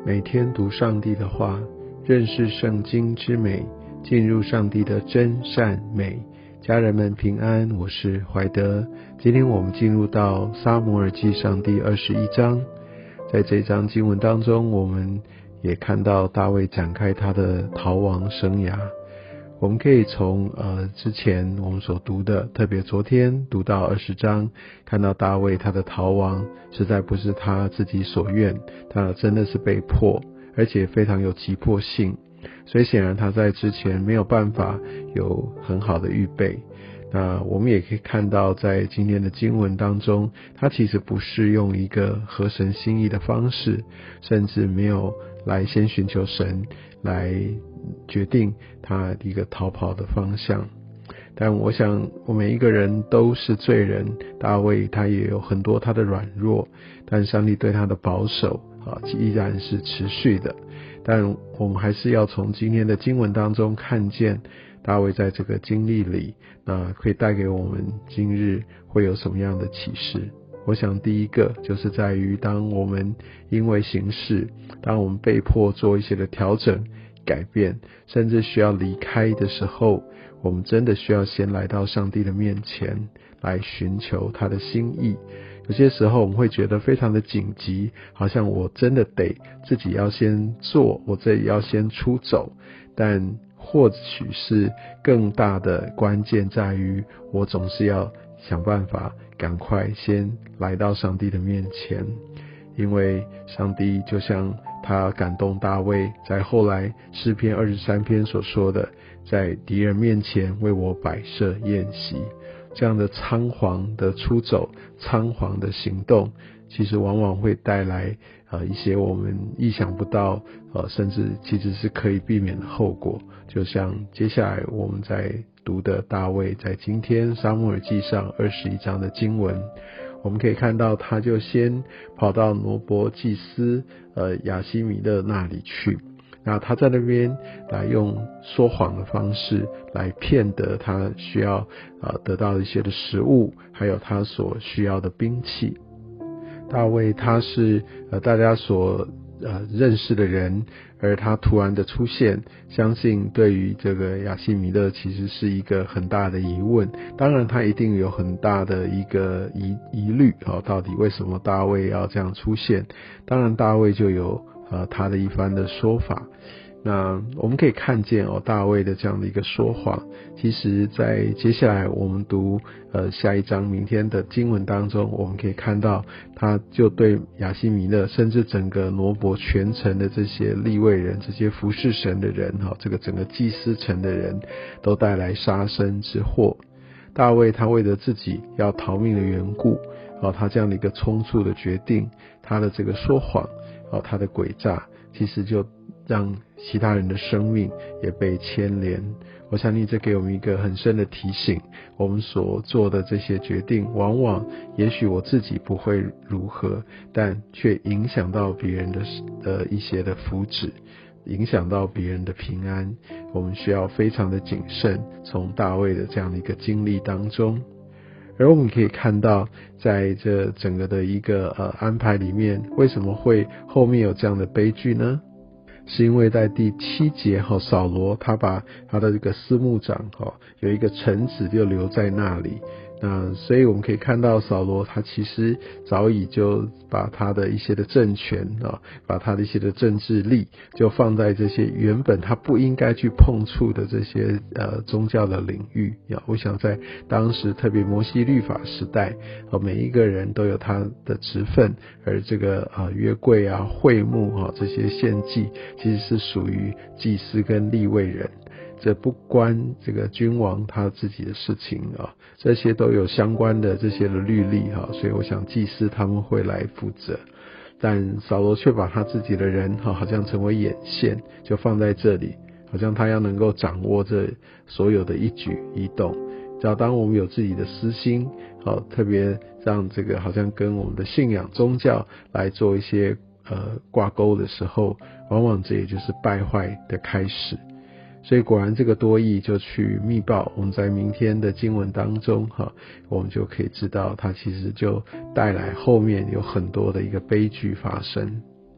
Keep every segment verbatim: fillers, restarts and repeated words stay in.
每天读上帝的话，认识圣经之美，进入上帝的真善美。家人们平安，我是怀德。今天我们进入到撒母耳记上第二十一章。在这章经文当中，我们也看到大卫展开他的逃亡生涯。我们可以从呃之前我们所读的，特别昨天读到二十章，看到大卫他的逃亡实在不是他自己所愿，他真的是被迫，而且非常有急迫性，所以显然他在之前没有办法有很好的预备。那我们也可以看到在今天的经文当中，他其实不是用一个合神心意的方式，甚至没有来先寻求神来决定他一个逃跑的方向。但我想我们每一个人都是罪人，大卫他也有很多他的软弱，但上帝对他的保守啊依然是持续的。但我们还是要从今天的经文当中看见大卫在这个经历里，那可以带给我们今日会有什么样的启示。我想第一个就是在于，当我们因为形势，当我们被迫做一些的调整改变，甚至需要离开的时候，我们真的需要先来到上帝的面前来寻求他的心意。有些时候我们会觉得非常的紧急，好像我真的得自己要先做，我这里要先出走，但或许是更大的关键在于，我总是要想办法赶快先来到上帝的面前。因为上帝就像他感动大卫在后来诗篇二十三篇所说的，在敌人面前为我摆设宴席。这样的仓皇的出走，仓皇的行动，其实往往会带来呃一些我们意想不到，呃甚至其实是可以避免的后果。就像接下来我们在读的大卫在今天撒母耳记上二十一章的经文，我们可以看到他就先跑到挪伯祭司呃亚希米勒那里去。那他在那边来用说谎的方式来骗得他需要呃得到一些的食物，还有他所需要的兵器。大卫他是呃大家所呃认识的人，而他突然的出现，相信对于这个亚希米勒其实是一个很大的疑问。当然他一定有很大的一个疑疑虑、哦、到底为什么大卫要这样出现。当然大卫就有呃他的一番的说法。那我们可以看见哦，大卫的这样的一个说谎，其实在接下来我们读呃下一章明天的经文当中，我们可以看到他就对亚希米勒甚至整个挪伯全城的这些利未人，这些服侍神的人、哦、这个整个祭司城的人都带来杀身之祸。大卫他为了自己要逃命的缘故、哦、他这样的一个冲促的决定，他的这个说谎、哦、他的诡诈，其实就让其他人的生命也被牵连。我相信这给我们一个很深的提醒，我们所做的这些决定，往往也许我自己不会如何，但却影响到别人的呃一些的福祉，影响到别人的平安。我们需要非常的谨慎，从大卫的这样的一个经历当中。而我们可以看到，在这整个的一个呃安排里面，为什么会后面有这样的悲剧呢？是因为在第七节、哦、扫罗他把他的这个司牧长、哦、有一个臣子就留在那里。那所以我们可以看到扫罗他其实早已就把他的一些的政权、哦、把他的一些的政治力就放在这些原本他不应该去碰触的这些呃宗教的领域。我想在当时特别摩西律法时代、哦、每一个人都有他的职分，而这个呃约柜啊、会幕啊、哦、这些献祭其实是属于祭司跟利未人，这不关这个君王他自己的事情啊，这些都有相关的这些的律例哈，所以我想祭司他们会来负责。但扫罗却把他自己的人哈，好像成为眼线，就放在这里，好像他要能够掌握这所有的一举一动。只要当我们有自己的私心，好，特别让这个好像跟我们的信仰宗教来做一些呃挂钩的时候，往往这也就是败坏的开始。所以果然这个多益就去密报，我们在明天的经文当中哈，我们就可以知道它其实就带来后面有很多的一个悲剧发生。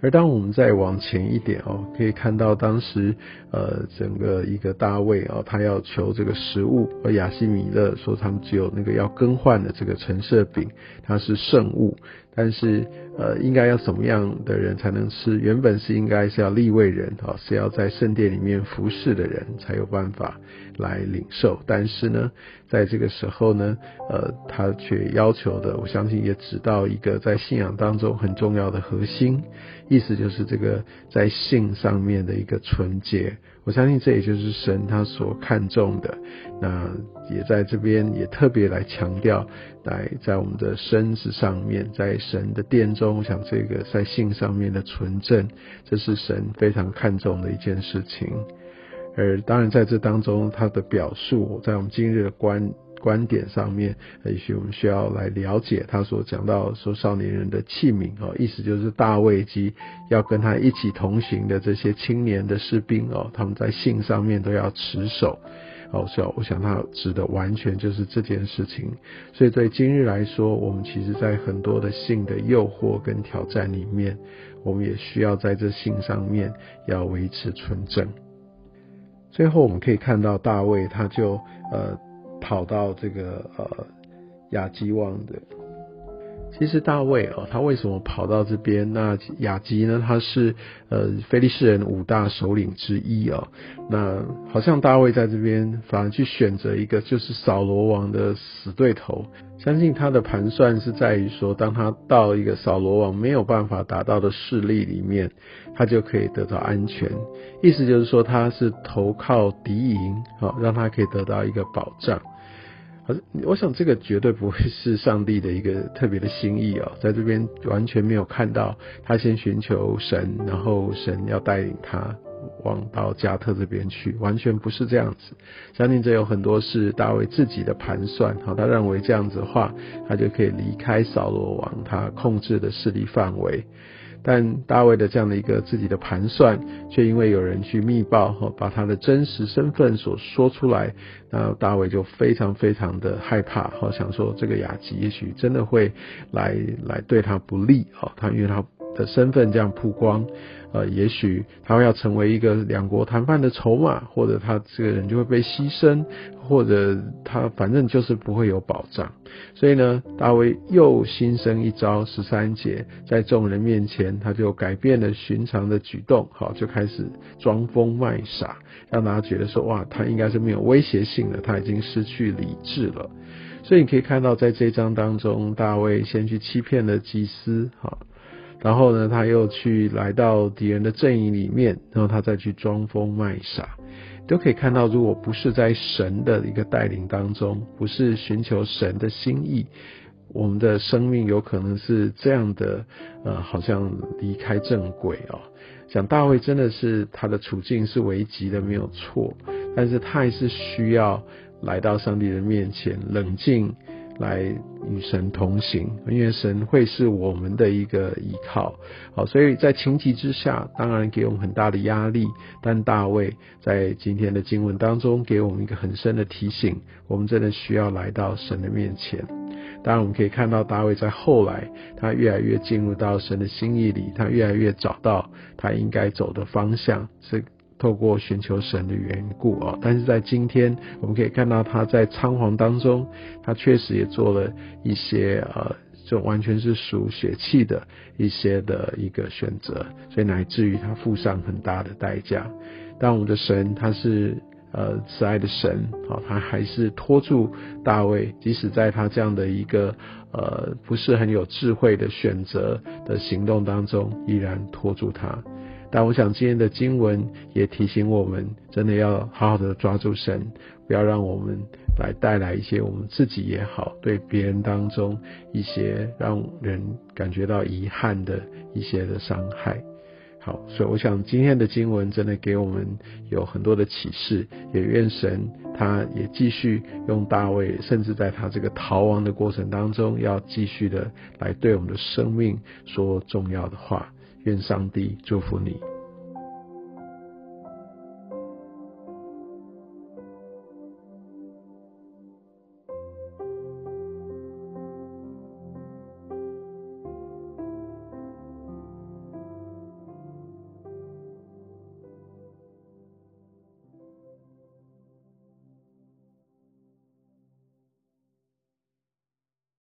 而当我们再往前一点哦，可以看到当时呃整个一个大卫哦，他要求这个食物，而亚希米勒说他们只有那个要更换的这个陈设饼，它是圣物，但是呃应该要什么样的人才能吃？原本是应该是要利未人哦，是要在圣殿里面服侍的人才有办法来领受，但是呢，在这个时候呢，呃他却要求的，我相信也指到一个在信仰当中很重要的核心。意思就是这个在性上面的一个纯洁，我相信这也就是神他所看重的。那也在这边也特别来强调，来在我们的身子上面，在神的殿中，我想这个在性上面的纯正，这是神非常看重的一件事情。而当然在这当中他的表述，在我们今日的观观点上面，也许我们需要来了解他所讲到说少年人的器皿哦，意思就是大卫及要跟他一起同行的这些青年的士兵哦，他们在性上面都要持守哦，所以我想他指的完全就是这件事情。所以对今日来说，我们其实在很多的性的诱惑跟挑战里面，我们也需要在这性上面要维持纯正。最后我们可以看到大卫他就呃跑到这个呃亚基旺的。其实大卫哦，他为什么跑到这边？那亚基呢？他是呃非利士人五大首领之一哦。那好像大卫在这边反而去选择一个就是扫罗王的死对头。相信他的盘算是在于说，当他到一个扫罗王没有办法达到的势力里面，他就可以得到安全。意思就是说，他是投靠敌营，好让他可以得到一个保障。我想这个绝对不会是上帝的一个特别的心意哦，在这边完全没有看到他先寻求神，然后神要带领他往到加特这边去，完全不是这样子。相信这有很多是大卫自己的盘算，好，他认为这样子的话，他就可以离开扫罗王他控制的势力范围。但大卫的这样的一个自己的盘算，却因为有人去密报，把他的真实身份所说出来，那大卫就非常非常的害怕，想说这个亚基也许真的会来来对他不利，他因为他的身份这样曝光，呃，也许他会要成为一个两国谈判的筹码，或者他这个人就会被牺牲，或者他反正就是不会有保障。所以呢，大卫又心生一招，十三节，在众人面前，他就改变了寻常的举动，好，就开始装疯卖傻，让大家觉得说，哇，他应该是没有威胁性的，他已经失去理智了。所以你可以看到，在这一章当中，大卫先去欺骗了祭司，好。然后呢，他又去来到敌人的阵营里面，然后他再去装疯卖傻，都可以看到，如果不是在神的一个带领当中，不是寻求神的心意，我们的生命有可能是这样的，呃，好像离开正轨哦。讲大卫真的是他的处境是危急的，没有错，但是他还是需要来到上帝的面前，冷静。来与神同行，因为神会是我们的一个依靠。好，所以在情急之下，当然给我们很大的压力，但大卫在今天的经文当中给我们一个很深的提醒，我们真的需要来到神的面前。当然我们可以看到大卫在后来，他越来越进入到神的心意里，他越来越找到他应该走的方向，是透过寻求神的缘故哦，但是在今天我们可以看到他在仓皇当中，他确实也做了一些呃，就完全是属血气的一些的一个选择，所以乃至于他付上很大的代价。但我们的神他是呃慈爱的神，好，他还是拖住大卫，即使在他这样的一个呃不是很有智慧的选择的行动当中，依然拖住他。但我想今天的经文也提醒我们，真的要好好的抓住神，不要让我们来带来一些我们自己也好，对别人当中一些让人感觉到遗憾的一些的伤害。好，所以我想今天的经文真的给我们有很多的启示，也愿神他也继续用大卫，甚至在他这个逃亡的过程当中，要继续的来对我们的生命说重要的话。愿上帝祝福你。